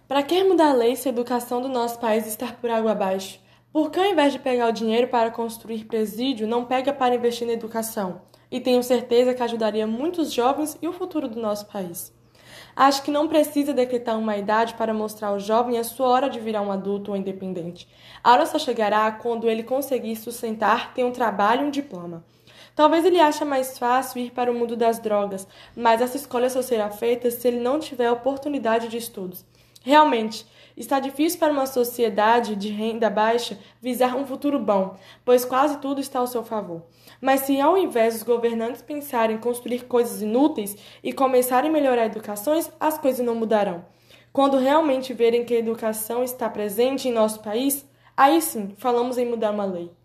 Para que mudar a lei se a educação do nosso país está por água abaixo? Por que, ao invés de pegar o dinheiro para construir presídio, não pega para investir na educação? E tenho certeza que ajudaria muitos jovens e o futuro do nosso país. Acho que não precisa decretar uma idade para mostrar ao jovem a sua hora de virar um adulto ou independente. A hora só chegará quando ele conseguir sustentar, ter um trabalho e um diploma. Talvez ele ache mais fácil ir para o mundo das drogas, mas essa escolha só será feita se ele não tiver oportunidade de estudos. Realmente, está difícil para uma sociedade de renda baixa visar um futuro bom, pois quase tudo está ao seu favor. Mas se ao invés dos governantes pensarem em construir coisas inúteis e começarem a melhorar educações, as coisas não mudarão. Quando realmente verem que a educação está presente em nosso país, aí sim falamos em mudar uma lei.